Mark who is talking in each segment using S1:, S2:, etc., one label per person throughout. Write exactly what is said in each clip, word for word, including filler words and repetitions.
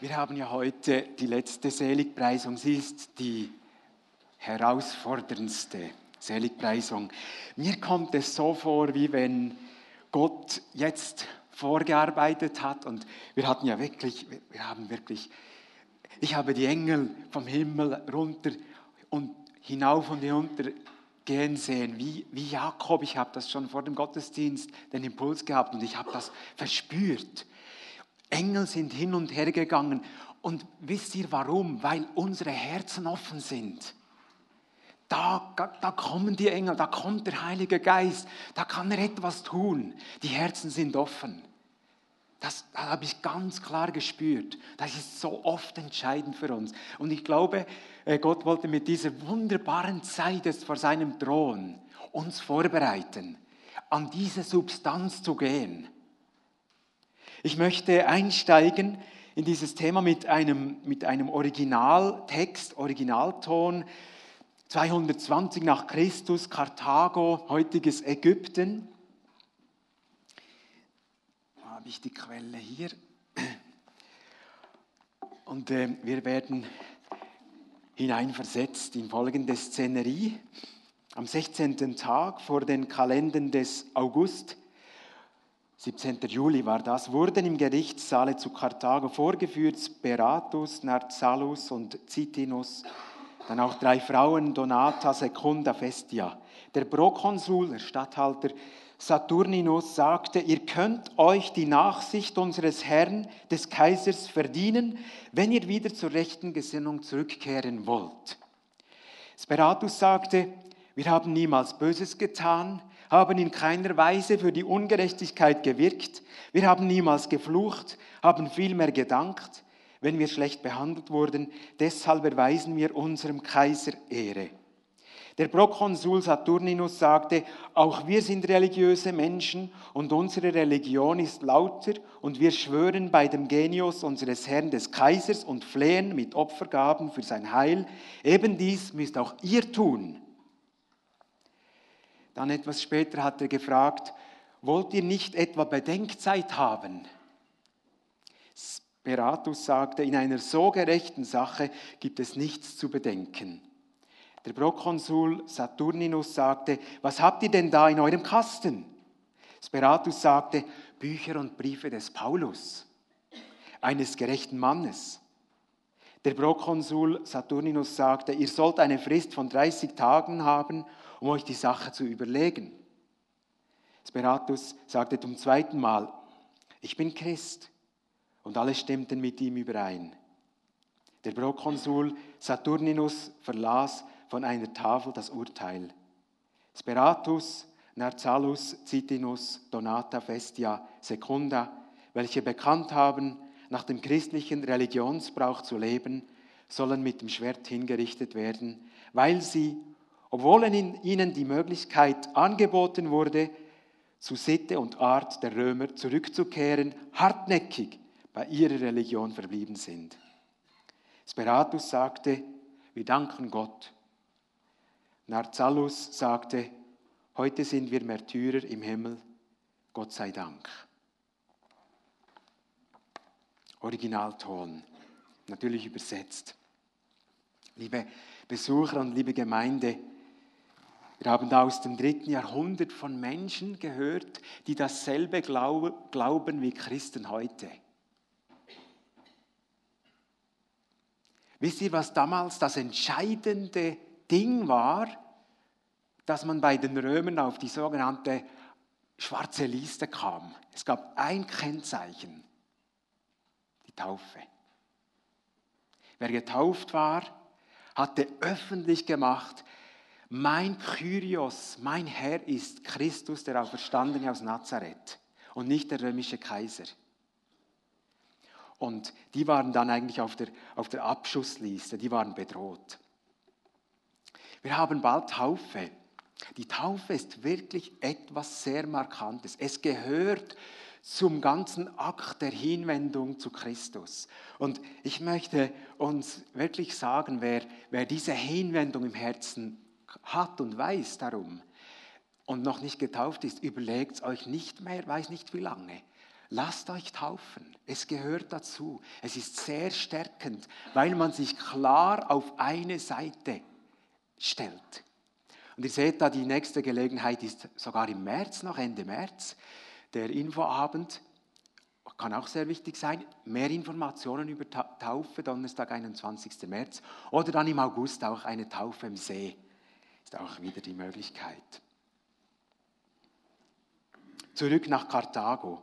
S1: Wir haben ja heute die letzte Seligpreisung. Sie ist die herausforderndste Seligpreisung. Mir kommt es so vor, wie wenn Gott jetzt vorgearbeitet hat und wir hatten ja wirklich, wir haben wirklich, ich habe die Engel vom Himmel runter und hinauf und hinunter gehen sehen, wie, wie Jakob. Ich habe das schon vor dem Gottesdienst den Impuls gehabt und ich habe das verspürt. Engel sind hin und her gegangen. Und wisst ihr warum? Weil unsere Herzen offen sind. Da, da kommen die Engel, da kommt der Heilige Geist, da kann er etwas tun. Die Herzen sind offen. Das, das habe ich ganz klar gespürt. Das ist so oft entscheidend für uns. Und ich glaube, Gott wollte mit dieser wunderbaren Zeit jetzt vor seinem Thron uns vorbereiten, an diese Substanz zu gehen. Ich möchte einsteigen in dieses Thema mit einem, mit einem Originaltext, Originalton, zweihundertzwanzig nach Christus, Karthago, heutiges Ägypten. Da habe ich die Quelle hier. Und äh, wir werden hineinversetzt in folgende Szenerie. Am sechzehnten Tag vor den Kalendern des August, siebzehnten Juli war das, wurden im Gerichtssaale zu Karthago vorgeführt Speratus, Narcellus und Citinus, dann auch drei Frauen, Donata, Secunda, Festia. Der Prokonsul, der Statthalter Saturninus, sagte, ihr könnt euch die Nachsicht unseres Herrn, des Kaisers, verdienen, wenn ihr wieder zur rechten Gesinnung zurückkehren wollt. Speratus sagte, wir haben niemals Böses getan, haben in keiner Weise für die Ungerechtigkeit gewirkt. Wir haben niemals geflucht, haben vielmehr gedankt, wenn wir schlecht behandelt wurden. Deshalb erweisen wir unserem Kaiser Ehre. Der Prokonsul Saturninus sagte, auch wir sind religiöse Menschen und unsere Religion ist lauter und wir schwören bei dem Genius unseres Herrn des Kaisers und flehen mit Opfergaben für sein Heil. Eben dies müsst auch ihr tun. Dann etwas später hat er gefragt, wollt ihr nicht etwa Bedenkzeit haben? Speratus sagte, in einer so gerechten Sache gibt es nichts zu bedenken. Der Prokonsul Saturninus sagte, was habt ihr denn da in eurem Kasten? Speratus sagte, Bücher und Briefe des Paulus, eines gerechten Mannes. Der Prokonsul Saturninus sagte, ihr sollt eine Frist von dreißig Tagen haben, um euch die Sache zu überlegen. Speratus sagte zum zweiten Mal, ich bin Christ. Und alle stimmten mit ihm überein. Der Prokonsul Saturninus verlas von einer Tafel das Urteil. Speratus, Narcellus, Citinus, Donata, Festia, Secunda, welche bekannt haben, nach dem christlichen Religionsbrauch zu leben, sollen mit dem Schwert hingerichtet werden, weil sie, obwohl ihnen die Möglichkeit angeboten wurde, zu Sitte und Art der Römer zurückzukehren, hartnäckig bei ihrer Religion verblieben sind. Speratus sagte, wir danken Gott. Narcellus sagte, heute sind wir Märtyrer im Himmel, Gott sei Dank. Originalton, natürlich übersetzt. Liebe Besucher und liebe Gemeinde, wir haben da aus dem dritten Jahrhundert von Menschen gehört, die dasselbe glauben wie Christen heute. Wisst ihr, was damals das entscheidende Ding war, dass man bei den Römern auf die sogenannte schwarze Liste kam? Es gab ein Kennzeichen, die Taufe. Wer getauft war, hatte öffentlich gemacht, mein Kyrios, mein Herr ist Christus, der Auferstandene aus Nazareth und nicht der römische Kaiser. Und die waren dann eigentlich auf der, auf der Abschussliste, die waren bedroht. Wir haben bald Taufe. Die Taufe ist wirklich etwas sehr Markantes. Es gehört zum ganzen Akt der Hinwendung zu Christus. Und ich möchte uns wirklich sagen, wer, wer diese Hinwendung im Herzen hat und weiß darum und noch nicht getauft ist, überlegt es euch nicht mehr, weiß nicht wie lange. lasst euch taufen. Es gehört dazu. Es ist sehr stärkend, weil man sich klar auf eine Seite stellt. Und ihr seht da, die nächste Gelegenheit ist sogar im März, noch Ende März, der Infoabend. Kann auch sehr wichtig sein. Mehr Informationen über Taufe, Donnerstag, einundzwanzigsten März. Oder dann im August auch eine Taufe im See. Ist auch wieder die Möglichkeit. Zurück nach Karthago.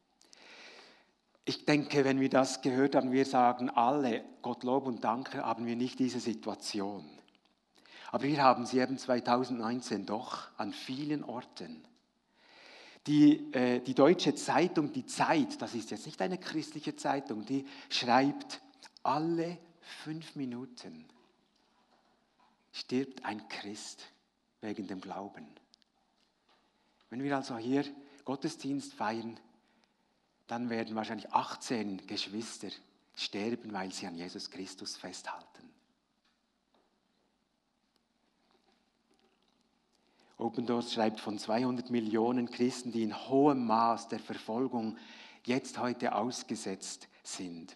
S1: Ich denke, wenn wir das gehört haben, wir sagen alle, Gottlob und Danke, haben wir nicht diese Situation. Aber wir haben sie eben zweitausendneunzehn doch an vielen Orten. Die, äh, die deutsche Zeitung, die Zeit, das ist jetzt nicht eine christliche Zeitung, die schreibt, alle fünf Minuten stirbt ein Christ wegen dem Glauben. Wenn wir also hier Gottesdienst feiern, dann werden wahrscheinlich achtzehn Geschwister sterben, weil sie an Jesus Christus festhalten. Open Doors schreibt von zweihundert Millionen Christen, die in hohem Maß der Verfolgung jetzt heute ausgesetzt sind.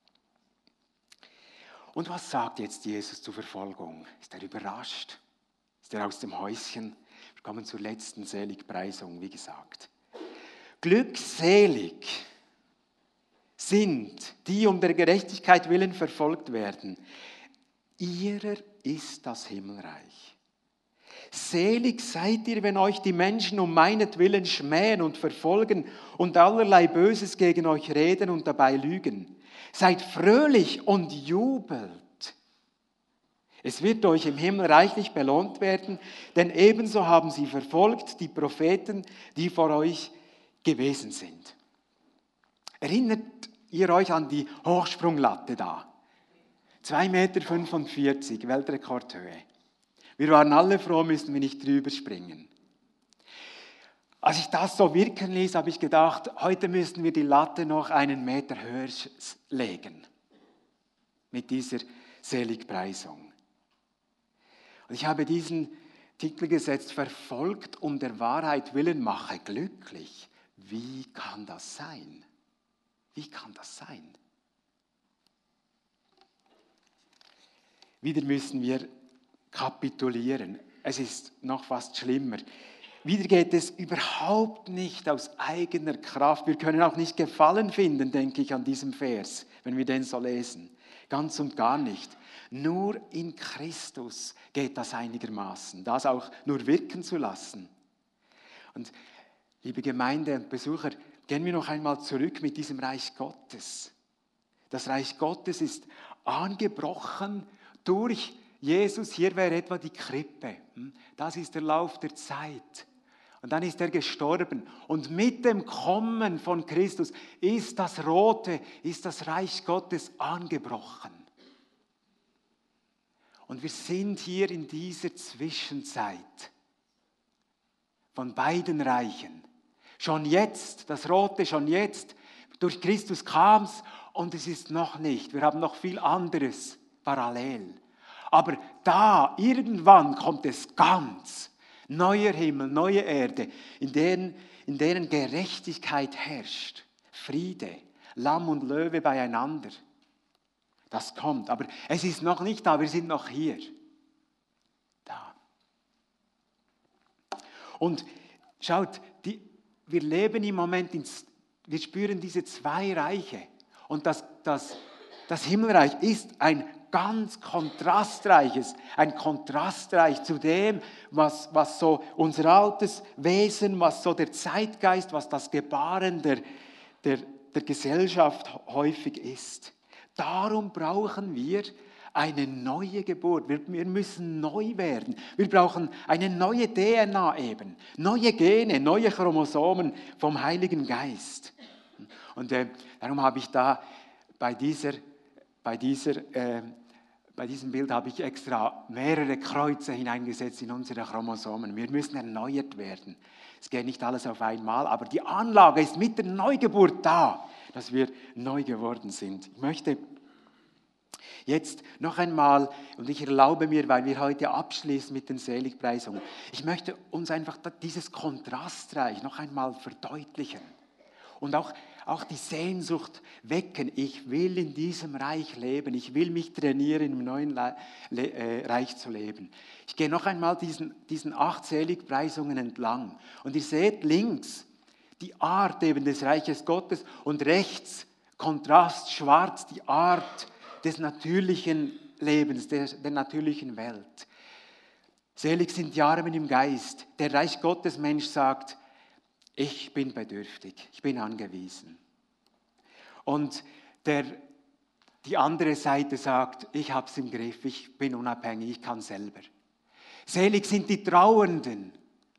S1: Und was sagt jetzt Jesus zur Verfolgung? Ist er überrascht? Ist er aus dem Häuschen? Wir kommen zur letzten Seligpreisung, wie gesagt. Glückselig sind, die um der Gerechtigkeit willen verfolgt werden. Ihrer ist das Himmelreich. Selig seid ihr, wenn euch die Menschen um meinetwillen schmähen und verfolgen und allerlei Böses gegen euch reden und dabei lügen. Seid fröhlich und jubelt. Es wird euch im Himmel reichlich belohnt werden, denn ebenso haben sie verfolgt die Propheten, die vor euch gewesen sind. Erinnert ihr euch an die Hochsprunglatte da? zwei Komma fünfundvierzig Meter, Weltrekordhöhe. Wir waren alle froh, müssen wir nicht drüber springen. Als ich das so wirken ließ, habe ich gedacht, heute müssten wir die Latte noch einen Meter höher legen. Mit dieser Seligpreisung. Und ich habe diesen Titel gesetzt, verfolgt um der Wahrheit willen, mache glücklich. Wie kann das sein? Wie kann das sein? Wieder müssen wir kapitulieren. Es ist noch fast schlimmer. Wieder geht es überhaupt nicht aus eigener Kraft. Wir können auch nicht Gefallen finden, denke ich, an diesem Vers, wenn wir den so lesen. Ganz und gar nicht. Nur in Christus geht das einigermaßen, das auch nur wirken zu lassen. Und liebe Gemeinde und Besucher, gehen wir noch einmal zurück mit diesem Reich Gottes. Das Reich Gottes ist angebrochen durch Jesus. Hier wäre etwa die Krippe. Das ist der Lauf der Zeit. Und dann ist er gestorben. Und mit dem Kommen von Christus ist das Rote, ist das Reich Gottes angebrochen. Und wir sind hier in dieser Zwischenzeit von beiden Reichen. Schon jetzt, das Rote schon jetzt, durch Christus kam es und es ist noch nicht. Wir haben noch viel anderes parallel. Aber da, irgendwann kommt es ganz. Neuer Himmel, neue Erde, in denen, in denen Gerechtigkeit herrscht. Friede, Lamm und Löwe beieinander. Das kommt, aber es ist noch nicht da, wir sind noch hier. Da. Und schaut, die, wir leben im Moment, ins, wir spüren diese zwei Reiche. Und das, das, das Himmelreich ist ein ganz kontrastreiches, ein Kontrastreich zu dem, was, was so unser altes Wesen, was so der Zeitgeist, was das Gebaren der, der, der Gesellschaft häufig ist. Darum brauchen wir eine neue Geburt. Wir, wir müssen neu werden. Wir brauchen eine neue D N A eben, neue Gene, neue Chromosomen vom Heiligen Geist. Und äh, darum habe ich da bei dieser, bei dieser äh, Bei diesem Bild habe ich extra mehrere Kreuze hineingesetzt in unsere Chromosomen. Wir müssen erneuert werden. Es geht nicht alles auf einmal, aber die Anlage ist mit der Neugeburt da, dass wir neu geworden sind. Ich möchte jetzt noch einmal, und ich erlaube mir, weil wir heute abschließen mit den Seligpreisungen, ich möchte uns einfach dieses Kontrastreich noch einmal verdeutlichen und auch auch die Sehnsucht wecken. Ich will in diesem Reich leben. Ich will mich trainieren, im neuen Le Le äh, Reich zu leben. Ich gehe noch einmal diesen, diesen acht Seligpreisungen entlang. Und ihr seht links die Art eben des Reiches Gottes und rechts, Kontrast, schwarz, die Art des natürlichen Lebens, der, der natürlichen Welt. Selig sind die Armen im Geist. Der Reich Gottes Mensch sagt, ich bin bedürftig, ich bin angewiesen. Und der, die andere Seite sagt, ich habe es im Griff, ich bin unabhängig, ich kann selber. Selig sind die Trauernden.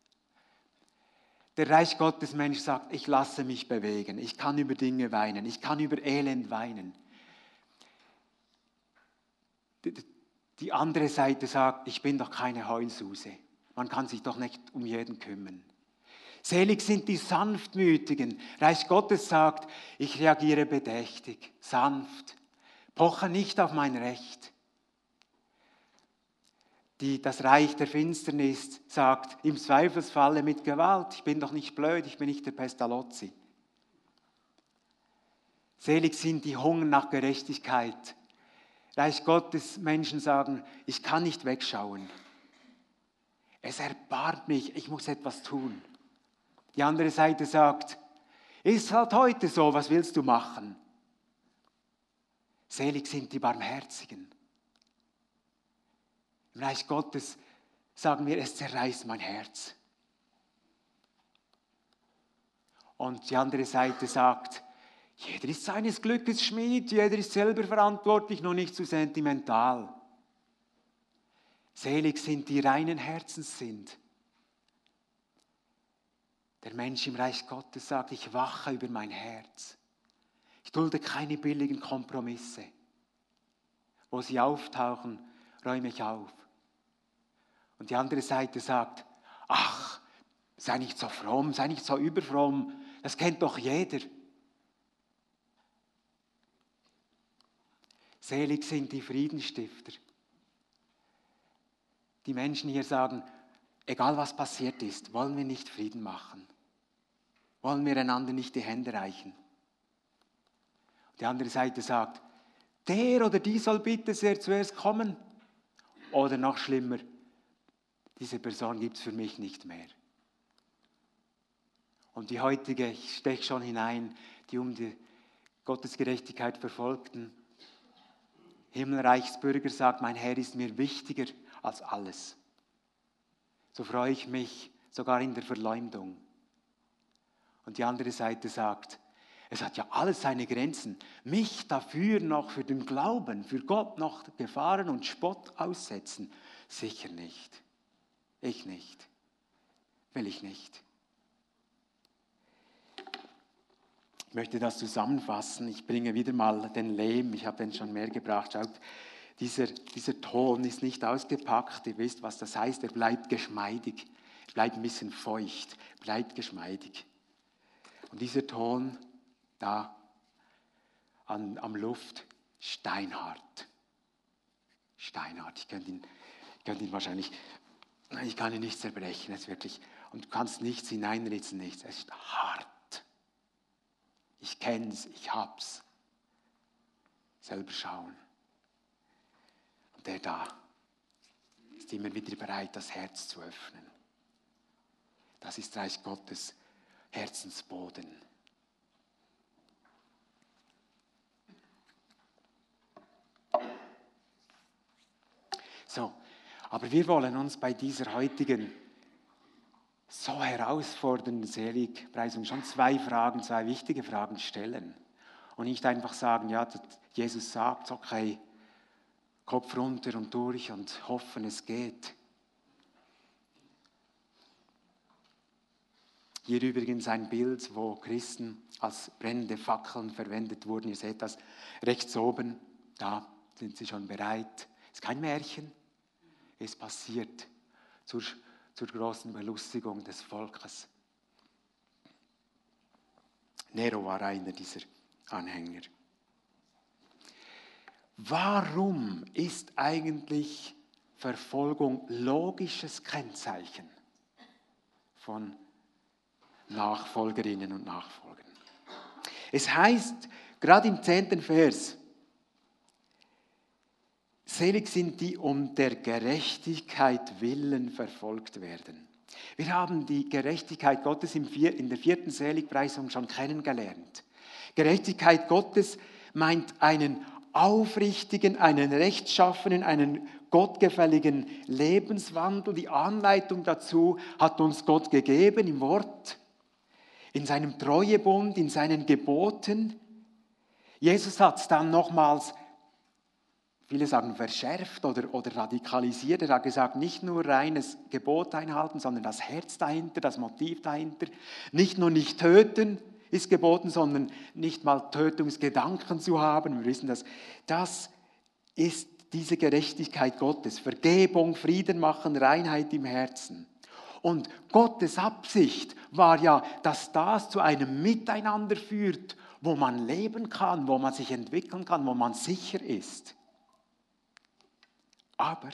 S1: Der Reich Gottes Mensch sagt, ich lasse mich bewegen, ich kann über Dinge weinen, ich kann über Elend weinen. Die andere Seite sagt, ich bin doch keine Heulsuse, man kann sich doch nicht um jeden kümmern. Selig sind die Sanftmütigen. Reich Gottes sagt, ich reagiere bedächtig, sanft, poche nicht auf mein Recht. Die, das Reich der Finsternis sagt, im Zweifelsfalle mit Gewalt, ich bin doch nicht blöd, ich bin nicht der Pestalozzi. Selig sind die Hunger nach Gerechtigkeit. Reich Gottes Menschen sagen, ich kann nicht wegschauen. Es erbarmt mich, ich muss etwas tun. Die andere Seite sagt, ist halt heute so, was willst du machen? Selig sind die Barmherzigen. Im Reich Gottes sagen wir, es zerreißt mein Herz. Und die andere Seite sagt, jeder ist seines Glückes Schmied, jeder ist selber verantwortlich, nur nicht zu sentimental. Selig sind die reinen Herzens sind. Der Mensch im Reich Gottes sagt, ich wache über mein Herz. Ich dulde keine billigen Kompromisse. Wo sie auftauchen, räume ich auf. Und die andere Seite sagt, ach, sei nicht so fromm, sei nicht so überfromm, das kennt doch jeder. Selig sind die Friedensstifter. Die Menschen hier sagen, egal was passiert ist, wollen wir nicht Frieden machen. Wollen wir einander nicht die Hände reichen. Die andere Seite sagt, der oder die soll bitte sehr zuerst kommen. Oder noch schlimmer, diese Person gibt es für mich nicht mehr. Und die heutige, ich steche schon hinein, die um die Gottesgerechtigkeit verfolgten Himmelreichsbürger sagt, mein Herr ist mir wichtiger als alles. So freue ich mich sogar in der Verleumdung. Und die andere Seite sagt, es hat ja alles seine Grenzen. Mich dafür noch für den Glauben, für Gott noch Gefahren und Spott aussetzen? Sicher nicht. Ich nicht. Will ich nicht. Ich möchte das zusammenfassen. Ich bringe wieder mal den Lehm. Ich habe den schon mehr gebracht. Schaut, dieser, dieser Ton ist nicht ausgepackt. Ihr wisst, was das heißt. Er bleibt geschmeidig. Er bleibt ein bisschen feucht. Bleibt geschmeidig. Und dieser Ton da an, am Luft, steinhart. Steinhart. Ich könnte ihn, ich könnte ihn wahrscheinlich, ich kann ihn nicht zerbrechen. Es ist wirklich, und du kannst nichts hineinritzen, nichts. Es ist hart. Ich kenne es, ich hab's. Selber schauen. Und der da ist immer wieder bereit, das Herz zu öffnen. Das ist Reich Gottes Herzensboden. So, aber wir wollen uns bei dieser heutigen so herausfordernden Seligpreisung schon zwei Fragen, zwei wichtige Fragen stellen. Und nicht einfach sagen, ja, Jesus sagt, okay, Kopf runter und durch und hoffen, es geht. Hier übrigens ein Bild, wo Christen als brennende Fackeln verwendet wurden. Ihr seht das rechts oben, da sind sie schon bereit. Es ist kein Märchen, es passiert zur, zur großen Belustigung des Volkes. Nero war einer dieser Anhänger. Warum ist eigentlich Verfolgung logisches Kennzeichen von Nachfolgerinnen und Nachfolgern? Es heißt, gerade im zehnten Vers, selig sind die um der Gerechtigkeit willen verfolgt werden. Wir haben die Gerechtigkeit Gottes in der vierten Seligpreisung schon kennengelernt. Gerechtigkeit Gottes meint einen aufrichtigen, einen rechtschaffenen, einen gottgefälligen Lebenswandel. Die Anleitung dazu hat uns Gott gegeben im Wort, in seinem Treuebund, in seinen Geboten. Jesus hat es dann nochmals, viele sagen verschärft oder, oder radikalisiert. Er hat gesagt, nicht nur reines Gebot einhalten, sondern das Herz dahinter, das Motiv dahinter. Nicht nur nicht töten ist geboten, sondern nicht mal Tötungsgedanken zu haben. Wir wissen, dass das ist diese Gerechtigkeit Gottes. Vergebung, Frieden machen, Reinheit im Herzen. Und Gottes Absicht war ja, dass das zu einem Miteinander führt, wo man leben kann, wo man sich entwickeln kann, wo man sicher ist. Aber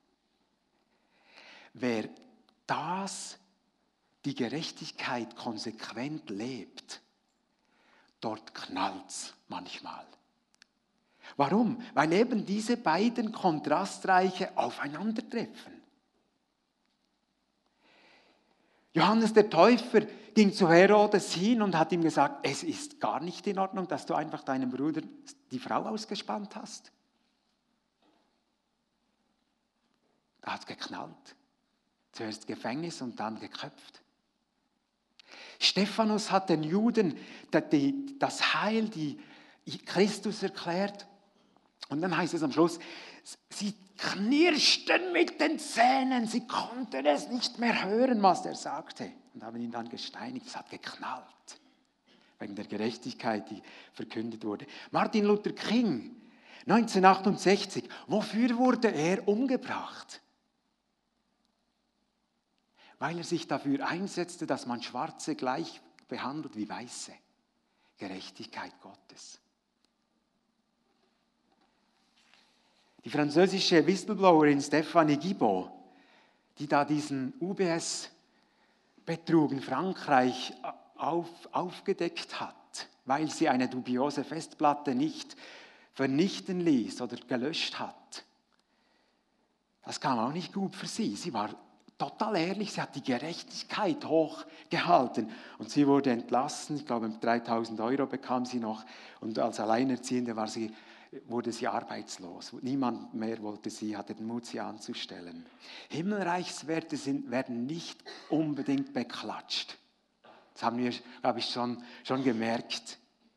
S1: wer das, die Gerechtigkeit konsequent lebt, dort knallt es manchmal. Warum? Weil eben diese beiden Kontrastreiche aufeinandertreffen. Johannes der Täufer ging zu Herodes hin und hat ihm gesagt, es ist gar nicht in Ordnung, dass du einfach deinem Bruder die Frau ausgespannt hast. Da hat es geknallt. Zuerst Gefängnis und dann geköpft. Stephanus hat den Juden das Heil, die Christus erklärt. Und dann heißt es am Schluss, sie knirschten mit den Zähnen, sie konnten es nicht mehr hören, was er sagte. Und haben ihn dann gesteinigt, es hat geknallt. Wegen der Gerechtigkeit, die verkündet wurde. Martin Luther King, neunzehnhundertachtundsechzig, wofür wurde er umgebracht? Weil er sich dafür einsetzte, dass man Schwarze gleich behandelt wie Weiße. Gerechtigkeit Gottes. Die französische Whistleblowerin Stéphanie Guibault, die da diesen U B S-Betrug in Frankreich auf, aufgedeckt hat, weil sie eine dubiose Festplatte nicht vernichten ließ oder gelöscht hat. Das kam auch nicht gut für sie. Sie war total ehrlich, sie hat die Gerechtigkeit hochgehalten und sie wurde entlassen. Ich glaube, dreitausend Euro bekam sie noch und als Alleinerziehende war sie, wurde sie arbeitslos. Niemand mehr wollte sie, hatte den Mut, sie anzustellen. Himmelreichswerte sind, werden nicht unbedingt beklatscht. Das haben wir, glaube ich, schon, schon gemerkt.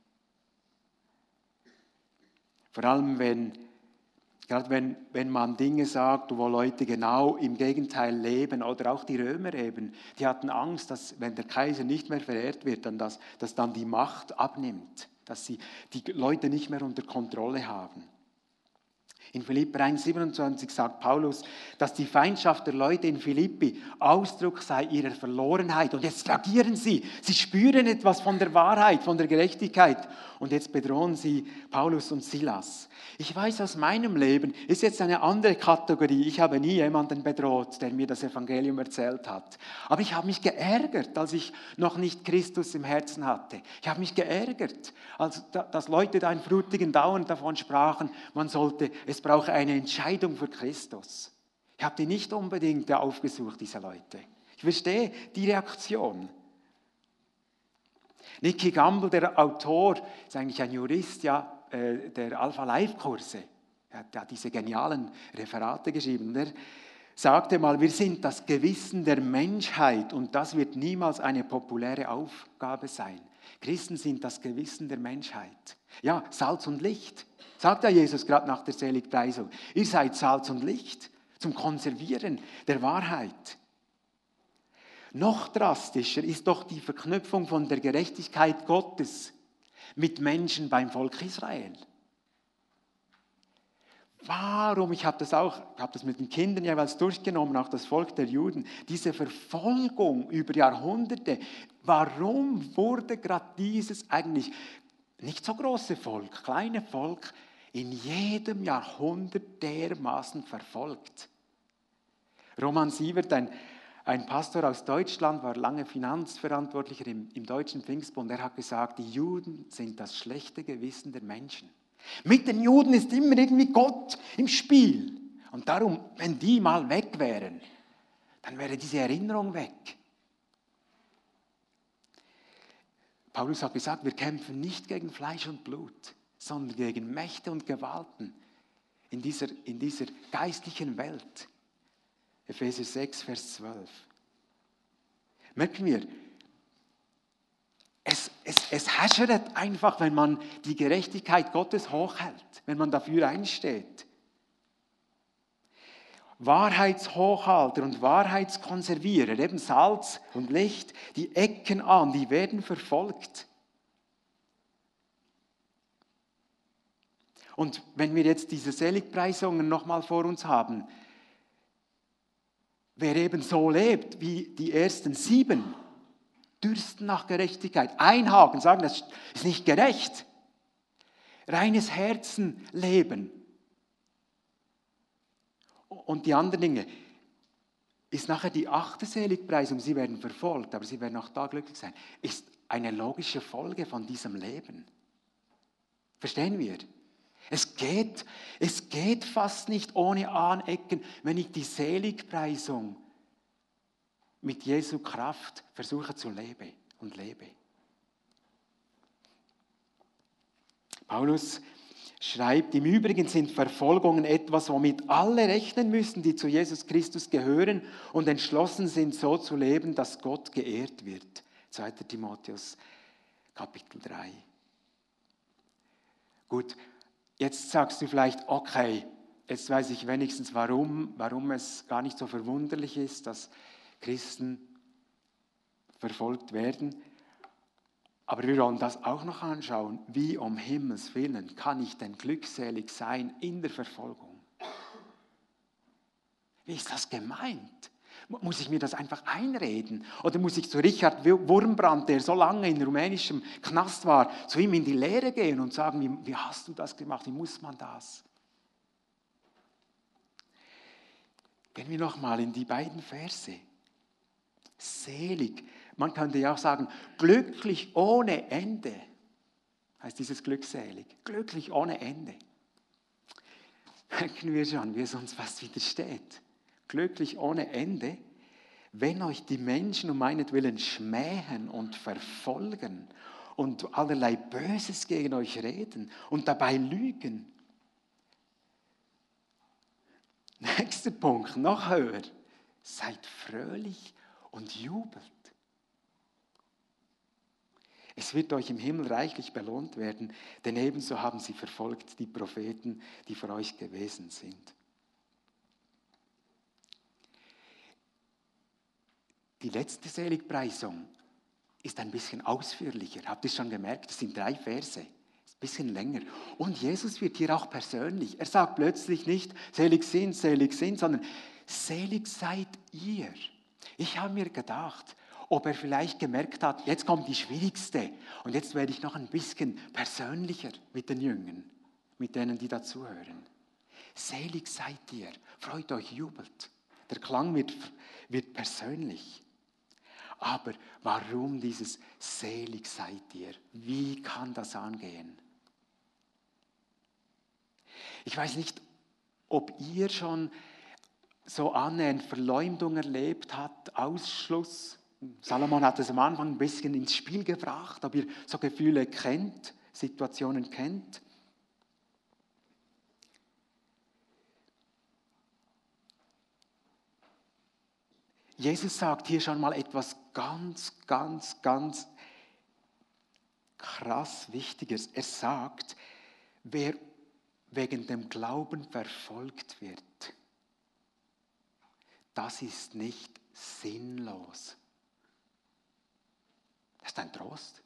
S1: Vor allem, wenn Gerade wenn, wenn man Dinge sagt, wo Leute genau im Gegenteil leben, oder auch die Römer eben, die hatten Angst, dass wenn der Kaiser nicht mehr verehrt wird, dann dass, dass dann die Macht abnimmt, dass sie die Leute nicht mehr unter Kontrolle haben. In Philipper eins siebenundzwanzig sagt Paulus, dass die Feindschaft der Leute in Philippi Ausdruck sei ihrer Verlorenheit. Und jetzt reagieren sie. Sie spüren etwas von der Wahrheit, von der Gerechtigkeit. Und jetzt bedrohen sie Paulus und Silas. Ich weiß aus meinem Leben, ist jetzt eine andere Kategorie. Ich habe nie jemanden bedroht, der mir das Evangelium erzählt hat. Aber ich habe mich geärgert, als ich noch nicht Christus im Herzen hatte. Ich habe mich geärgert, als dass Leute da in Frutigen dauernd davon sprachen, man sollte, es brauche eine Entscheidung für Christus. Ich habe die nicht unbedingt aufgesucht, diese Leute. Ich verstehe die Reaktion. Nicky Gamble, der Autor, ist eigentlich ein Jurist, ja, der Alpha-Life-Kurse. Er hat ja diese genialen Referate geschrieben. Er sagte mal, wir sind das Gewissen der Menschheit und das wird niemals eine populäre Aufgabe sein. Christen sind das Gewissen der Menschheit. Ja, Salz und Licht. Sagt ja Jesus gerade nach der Seligpreisung. Ihr seid Salz und Licht zum Konservieren der Wahrheit. Noch drastischer ist doch die Verknüpfung von der Gerechtigkeit Gottes mit Menschen beim Volk Israel. Warum, ich habe das auch, ich habe das mit den Kindern jeweils durchgenommen, auch das Volk der Juden, diese Verfolgung über Jahrhunderte, warum wurde gerade dieses eigentlich nicht so große Volk, kleine Volk, in jedem Jahrhundert dermaßen verfolgt? Roman Sievert, ein, Ein Pastor aus Deutschland war lange Finanzverantwortlicher im, im Deutschen Pfingstbund. Er hat gesagt, die Juden sind das schlechte Gewissen der Menschen. Mit den Juden ist immer irgendwie Gott im Spiel. Und darum, wenn die mal weg wären, dann wäre diese Erinnerung weg. Paulus hat gesagt, wir kämpfen nicht gegen Fleisch und Blut, sondern gegen Mächte und Gewalten in dieser, in dieser geistlichen Welt. Epheser sechs, Vers zwölf. Merken wir, es, es, es häschert einfach, wenn man die Gerechtigkeit Gottes hochhält, wenn man dafür einsteht. Wahrheitshochhalter und Wahrheitskonservierer, eben Salz und Licht, die ecken an, die werden verfolgt. Und wenn wir jetzt diese Seligpreisungen nochmal vor uns haben, wer eben so lebt wie die ersten sieben, dürsten nach Gerechtigkeit, einhaken, sagen, das ist nicht gerecht. Reines Herzenleben. Und die anderen Dinge ist nachher die achte Seligpreisung, sie werden verfolgt, aber sie werden auch da glücklich sein, ist eine logische Folge von diesem Leben. Verstehen wir? Es geht, es geht fast nicht ohne Anecken, wenn ich die Seligpreisung mit Jesu Kraft versuche zu leben und lebe. Paulus schreibt, im Übrigen sind Verfolgungen etwas, womit alle rechnen müssen, die zu Jesus Christus gehören und entschlossen sind, so zu leben, dass Gott geehrt wird. zweiter Timotheus, Kapitel drei. Gut, jetzt sagst du vielleicht, okay, jetzt weiß ich wenigstens, warum, warum es gar nicht so verwunderlich ist, dass Christen verfolgt werden. Aber wir wollen das auch noch anschauen. Wie um Himmels Willen kann ich denn glückselig sein in der Verfolgung? Wie ist das gemeint? Muss ich mir das einfach einreden? Oder muss ich zu Richard Wurmbrand, der so lange in rumänischem Knast war, zu ihm in die Lehre gehen und sagen, wie, wie hast du das gemacht? Wie muss man das? Gehen wir nochmal in die beiden Verse. Selig. Man könnte ja auch sagen, glücklich ohne Ende, heißt dieses glückselig. Glücklich ohne Ende. Merken wir schon, wie es uns fast widersteht. Glücklich ohne Ende, wenn euch die Menschen um meinetwillen schmähen und verfolgen und allerlei Böses gegen euch reden und dabei lügen. Nächster Punkt, noch höher. Seid fröhlich und jubelt. Es wird euch im Himmel reichlich belohnt werden, denn ebenso haben sie verfolgt die Propheten, die vor euch gewesen sind. Die letzte Seligpreisung ist ein bisschen ausführlicher. Habt ihr schon gemerkt? Das sind drei Verse. Ist ein bisschen länger. Und Jesus wird hier auch persönlich. Er sagt plötzlich nicht, selig sind, selig sind, sondern selig seid ihr. Ich habe mir gedacht, ob er vielleicht gemerkt hat, jetzt kommt die schwierigste und jetzt werde ich noch ein bisschen persönlicher mit den Jüngern, mit denen, die dazuhören. Selig seid ihr, freut euch, jubelt. Der Klang wird, wird persönlich. Aber warum dieses selig seid ihr? Wie kann das angehen? Ich weiß nicht, ob ihr schon so annähernd Verleumdung erlebt habt, Ausschluss. Salomon hat es am Anfang ein bisschen ins Spiel gebracht, ob ihr so Gefühle kennt, Situationen kennt. Jesus sagt hier schon mal etwas ganz, ganz, ganz krass Wichtiges. Er sagt, wer wegen dem Glauben verfolgt wird, das ist nicht sinnlos. Das ist ein Trost.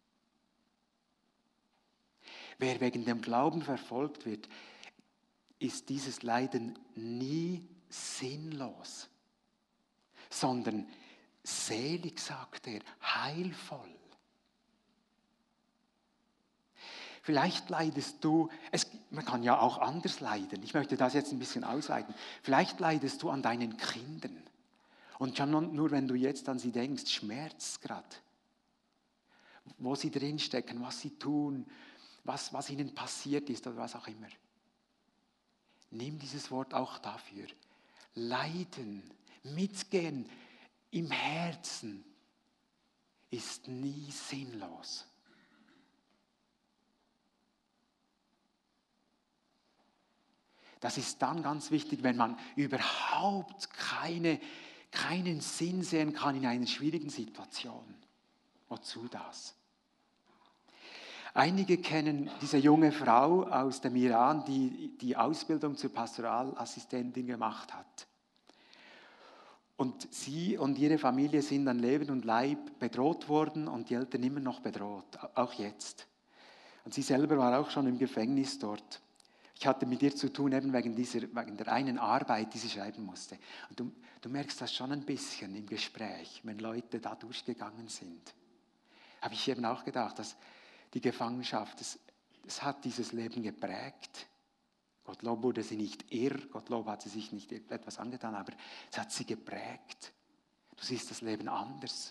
S1: Wer wegen dem Glauben verfolgt wird, ist dieses Leiden nie sinnlos, sondern selig, sagt er, heilvoll. Vielleicht leidest du, es, man kann ja auch anders leiden, ich möchte das jetzt ein bisschen ausweiten, vielleicht leidest du an deinen Kindern Und schon nur, wenn du jetzt an sie denkst, schmerzt gerade. Wo sie drinstecken, was sie tun, was, was ihnen passiert ist oder was auch immer. Nimm dieses Wort auch dafür. Leiden, mitgehen im Herzen ist nie sinnlos. Das ist dann ganz wichtig, wenn man überhaupt keine, keinen Sinn sehen kann in einer schwierigen Situation. Wozu das? Einige kennen diese junge Frau aus dem Iran, die die Ausbildung zur Pastoralassistentin gemacht hat. Und sie und ihre Familie sind an Leben und Leib bedroht worden und die Eltern immer noch bedroht, auch jetzt. Und sie selber war auch schon im Gefängnis dort. Ich hatte mit ihr zu tun, eben wegen, dieser, wegen der einen Arbeit, die sie schreiben musste. Und du, du merkst das schon ein bisschen im Gespräch, wenn Leute da durchgegangen sind. Habe ich eben auch gedacht, dass die Gefangenschaft, das, das hat dieses Leben geprägt. Gottlob wurde sie nicht irr, Gottlob hat sie sich nicht etwas angetan, aber es hat sie geprägt. Du siehst das Leben anders.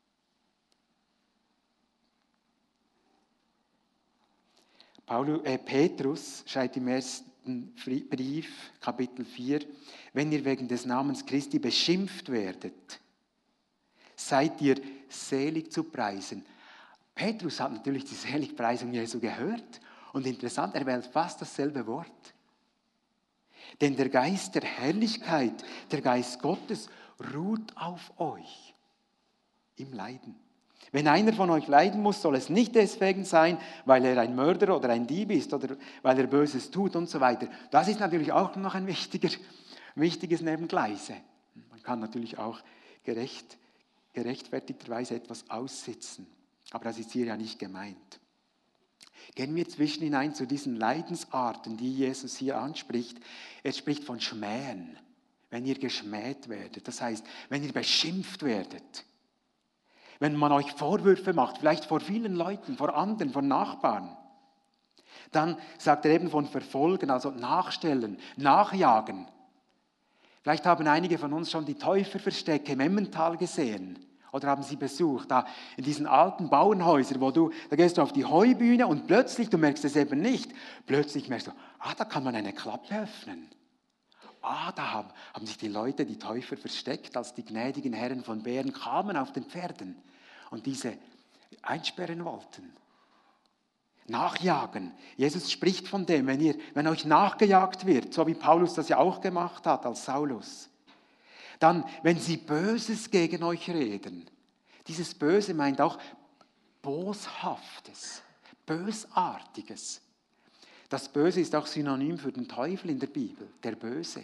S1: Paulus, äh, Petrus schreibt im ersten Brief, Kapitel vier, wenn ihr wegen des Namens Christi beschimpft werdet, seid ihr selig zu preisen. Petrus hat natürlich die Seligpreisung Jesu gehört und interessant, er wählt fast dasselbe Wort. Denn der Geist der Herrlichkeit, der Geist Gottes ruht auf euch im Leiden. Wenn einer von euch leiden muss, soll es nicht deswegen sein, weil er ein Mörder oder ein Dieb ist oder weil er Böses tut und so weiter. Das ist natürlich auch noch ein wichtiger, wichtiges Nebengleise. Man kann natürlich auch gerecht, gerechtfertigterweise etwas aussitzen. Aber das ist hier ja nicht gemeint. Gehen wir zwischen hinein zu diesen Leidensarten, die Jesus hier anspricht. Er spricht von Schmähen, wenn ihr geschmäht werdet. Das heißt, wenn ihr beschimpft werdet. Wenn man euch Vorwürfe macht, vielleicht vor vielen Leuten, vor anderen, vor Nachbarn. Dann sagt er eben von Verfolgen, also nachstellen, nachjagen. Vielleicht haben einige von uns schon die Täuferverstecke im Emmental gesehen. Oder haben sie besucht, da in diesen alten Bauernhäusern, wo du, da gehst du auf die Heubühne und plötzlich, du merkst es eben nicht, plötzlich merkst du, ah, da kann man eine Klappe öffnen. Ah, da haben, haben sich die Leute, die Täufer versteckt, als die gnädigen Herren von Bären kamen auf den Pferden und diese einsperren wollten. Nachjagen. Jesus spricht von dem, wenn, ihr, wenn euch nachgejagt wird, so wie Paulus das ja auch gemacht hat als Saulus. Dann, wenn sie Böses gegen euch reden, dieses Böse meint auch Boshaftes, Bösartiges. Das Böse ist auch Synonym für den Teufel in der Bibel, der Böse.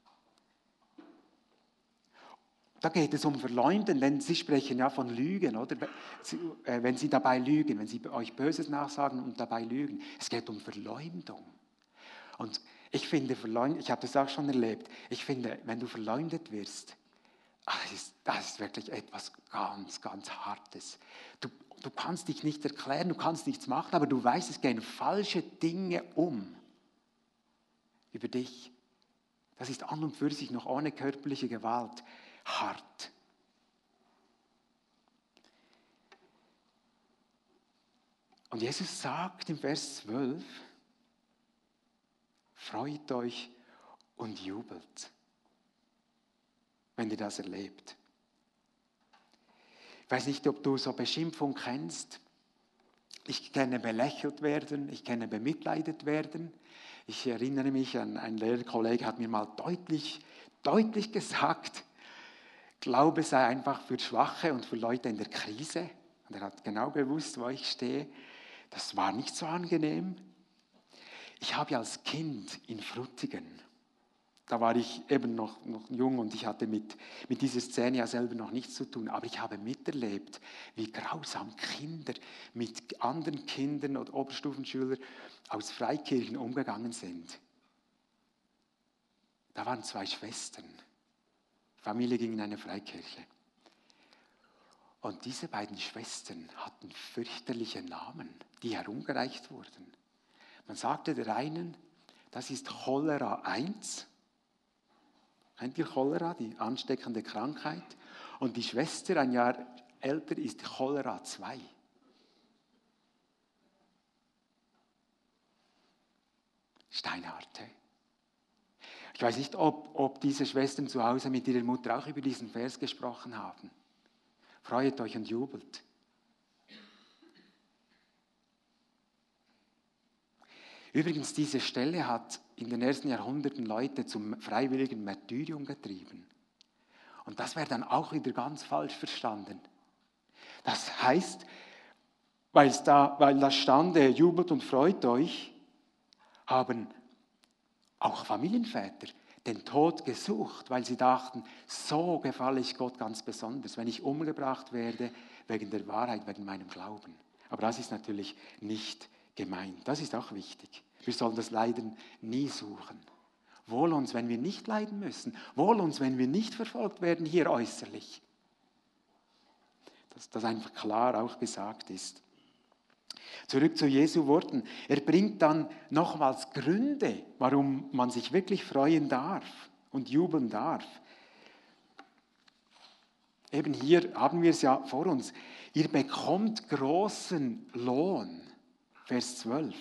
S1: Da geht es um Verleumden, denn sie sprechen ja von Lügen, oder? Wenn sie dabei lügen, wenn sie euch Böses nachsagen und dabei lügen. Es geht um Verleumdung. Und ich finde, ich habe das auch schon erlebt, ich finde, wenn du verleumdet wirst, das ist, das ist wirklich etwas ganz, ganz Hartes. Du, du kannst dich nicht erklären, du kannst nichts machen, aber du weißt, es gehen falsche Dinge um über dich. Das ist an und für sich noch ohne körperliche Gewalt hart. Und Jesus sagt im Vers zwölf, freut euch und jubelt, wenn ihr das erlebt. Ich weiß nicht, ob du so Beschimpfung kennst. Ich kenne belächelt werden, ich kenne bemitleidet werden. Ich erinnere mich an einen Lehrerkollege, hat mir mal deutlich, deutlich gesagt, Glaube sei einfach für Schwache und für Leute in der Krise. Und er hat genau gewusst, wo ich stehe. Das war nicht so angenehm. Ich habe ja als Kind in Frutigen, da war ich eben noch, noch jung und ich hatte mit, mit dieser Szene ja selber noch nichts zu tun, aber ich habe miterlebt, wie grausam Kinder mit anderen Kindern oder Oberstufenschülern aus Freikirchen umgegangen sind. Da waren zwei Schwestern. Die Familie ging in eine Freikirche. Und diese beiden Schwestern hatten fürchterliche Namen, die herumgereicht wurden. Man sagte der einen, das ist Cholera eins, Kennt ihr Cholera, die ansteckende Krankheit? Und die Schwester, ein Jahr älter, ist Cholera zwei. Steinhart. He? Ich weiß nicht, ob, ob diese Schwestern zu Hause mit ihrer Mutter auch über diesen Vers gesprochen haben. Freut euch und jubelt. Übrigens, diese Stelle hat in den ersten Jahrhunderten Leute zum freiwilligen Märtyrium getrieben. Und das wäre dann auch wieder ganz falsch verstanden. Das heißt, weil's da, weil da stand, jubelt und freut euch, haben auch Familienväter den Tod gesucht, weil sie dachten, so gefalle ich Gott ganz besonders, wenn ich umgebracht werde wegen der Wahrheit, wegen meinem Glauben. Aber das ist natürlich nicht gemeint. Das ist auch wichtig. Wir sollen das Leiden nie suchen. Wohl uns, wenn wir nicht leiden müssen. Wohl uns, wenn wir nicht verfolgt werden hier äußerlich. Dass das einfach klar auch gesagt ist. Zurück zu Jesu Worten. Er bringt dann nochmals Gründe, warum man sich wirklich freuen darf und jubeln darf. Eben hier haben wir es ja vor uns. Ihr bekommt großen Lohn. Vers zwölf.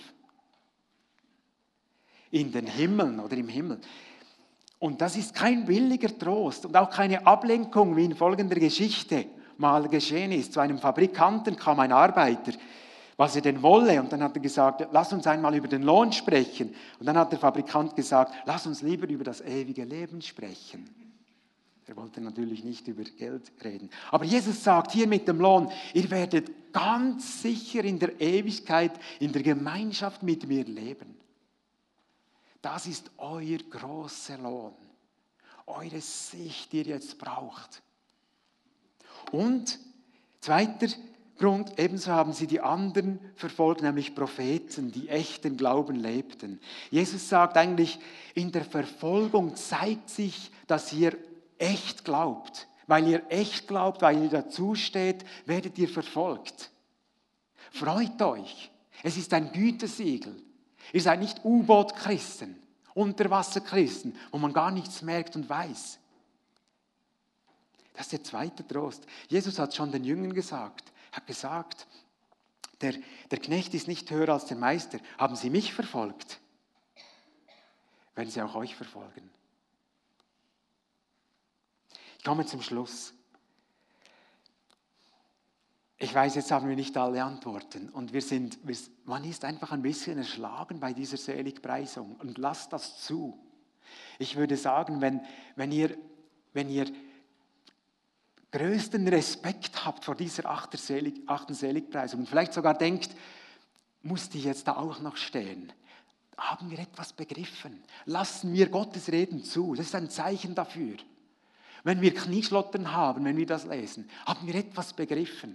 S1: In den Himmeln oder im Himmel. Und das ist kein billiger Trost und auch keine Ablenkung, wie in folgender Geschichte mal geschehen ist. Zu einem Fabrikanten kam ein Arbeiter, was er denn wolle. Und dann hat er gesagt, lass uns einmal über den Lohn sprechen. Und dann hat der Fabrikant gesagt, lass uns lieber über das ewige Leben sprechen. Er wollte natürlich nicht über Geld reden. Aber Jesus sagt hier mit dem Lohn, ihr werdet ganz sicher in der Ewigkeit, in der Gemeinschaft mit mir leben. Das ist euer großer Lohn. Eure Sicht, die ihr jetzt braucht. Und zweiter Grund, ebenso haben sie die anderen verfolgt, nämlich Propheten, die echten Glauben lebten. Jesus sagt eigentlich, in der Verfolgung zeigt sich, dass ihr echt glaubt. Weil ihr echt glaubt, weil ihr dazu steht, werdet ihr verfolgt. Freut euch. Es ist ein Gütesiegel. Ihr seid nicht U-Boot-Christen, Unterwasser-Christen, wo man gar nichts merkt und weiß. Das ist der zweite Trost. Jesus hat schon den Jüngern gesagt, er hat gesagt, der, der Knecht ist nicht höher als der Meister. Haben sie mich verfolgt, werden sie auch euch verfolgen. Ich komme zum Schluss. Ich weiß, jetzt haben wir nicht alle Antworten und wir sind, wir, man ist einfach ein bisschen erschlagen bei dieser Seligpreisung und lasst das zu. Ich würde sagen, wenn, wenn, ihr, wenn ihr größten Respekt habt vor dieser achten Selig, achten Seligpreisung und vielleicht sogar denkt, muss die jetzt da auch noch stehen? Haben wir etwas begriffen? Lassen wir Gottes Reden zu? Das ist ein Zeichen dafür. Wenn wir Knieschlottern haben, wenn wir das lesen, haben wir etwas begriffen.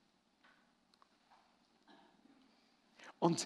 S1: Und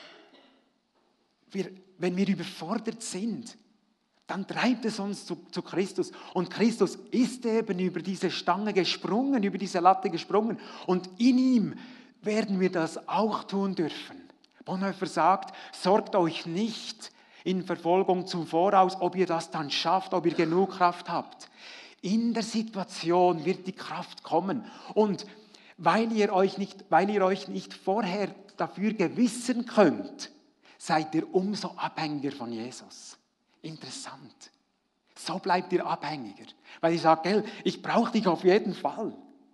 S1: wir, wenn wir überfordert sind, dann treibt es uns zu, zu Christus. Und Christus ist eben über diese Stange gesprungen, über diese Latte gesprungen. Und in ihm werden wir das auch tun dürfen. Bonhoeffer sagt, sorgt euch nicht in Verfolgung zum Voraus, ob ihr das dann schafft, ob ihr genug Kraft habt. In der Situation wird die Kraft kommen. Und weil ihr euch nicht, weil ihr euch nicht vorher dafür gewissen könnt, seid ihr umso abhängiger von Jesus. Interessant. So bleibt ihr abhängiger. Weil ihr sagt, gell, ich brauche dich auf jeden Fall.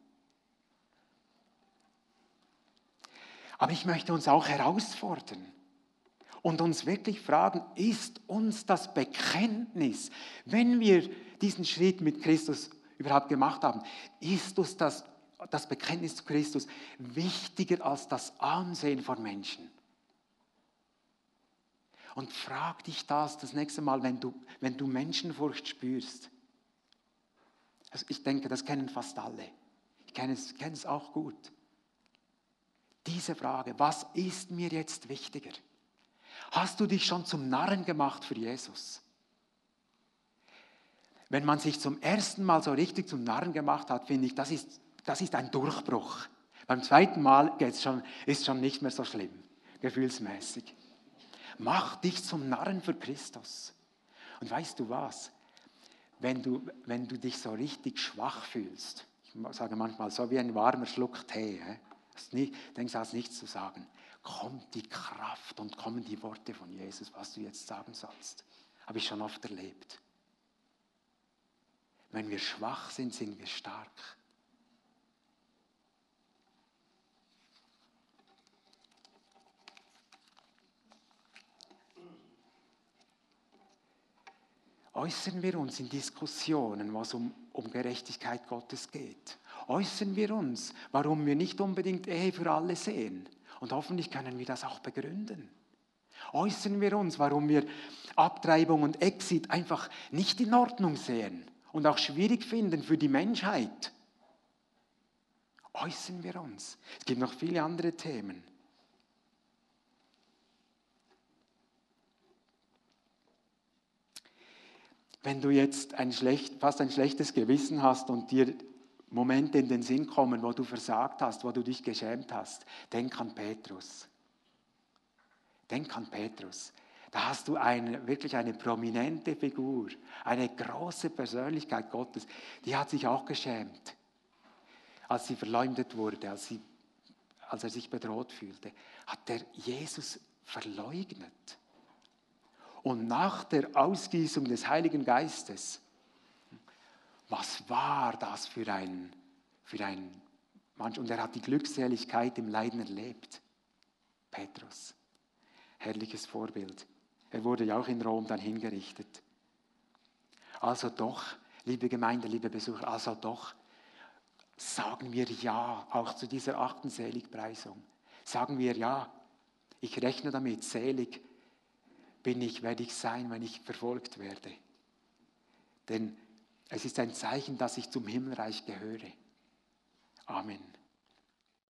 S1: Aber ich möchte uns auch herausfordern und uns wirklich fragen, ist uns das Bekenntnis, wenn wir diesen Schritt mit Christus überhaupt gemacht haben, ist uns das, das Bekenntnis zu Christus wichtiger als das Ansehen von Menschen? Und frag dich das das nächste Mal, wenn du, wenn du Menschenfurcht spürst. Also ich denke, das kennen fast alle. Ich kenne es, kenne es auch gut. Diese Frage, was ist mir jetzt wichtiger? Hast du dich schon zum Narren gemacht für Jesus? Wenn man sich zum ersten Mal so richtig zum Narren gemacht hat, finde ich, das ist, das ist ein Durchbruch. Beim zweiten Mal geht's schon, ist es schon nicht mehr so schlimm, gefühlsmäßig. Mach dich zum Narren für Christus. Und weißt du was? wenn du, wenn du dich so richtig schwach fühlst, ich sage manchmal so wie ein warmer Schluck Tee, he? Hast nicht, denkst, hast nichts zu sagen, kommt die Kraft und kommen die Worte von Jesus, was du jetzt sagen sollst. Habe ich schon oft erlebt. Wenn wir schwach sind, sind wir stark. Äußern wir uns in Diskussionen, was um, um Gerechtigkeit Gottes geht? Äußern wir uns, warum wir nicht unbedingt Ehe für alle sehen? Und hoffentlich können wir das auch begründen. Äußern wir uns, warum wir Abtreibung und Exit einfach nicht in Ordnung sehen und auch schwierig finden für die Menschheit? Äußern wir uns. Es gibt noch viele andere Themen. Wenn du jetzt ein schlecht, fast ein schlechtes Gewissen hast und dir Momente in den Sinn kommen, wo du versagt hast, wo du dich geschämt hast, denk an Petrus. Denk an Petrus. Da hast du eine, wirklich eine prominente Figur, eine große Persönlichkeit Gottes. Die hat sich auch geschämt, als sie verleumdet wurde, als, sie, als er sich bedroht fühlte. Hat er Jesus verleugnet. Und nach der Ausgießung des Heiligen Geistes, was war das für ein, für ein Mensch? Und er hat die Glückseligkeit im Leiden erlebt. Petrus, herrliches Vorbild. Er wurde ja auch in Rom dann hingerichtet. Also doch, liebe Gemeinde, liebe Besucher, also doch, sagen wir Ja, auch zu dieser achten Seligpreisung. Sagen wir Ja, ich rechne damit, selig bin ich, werde ich sein, wenn ich verfolgt werde. Denn es ist ein Zeichen, dass ich zum Himmelreich gehöre. Amen.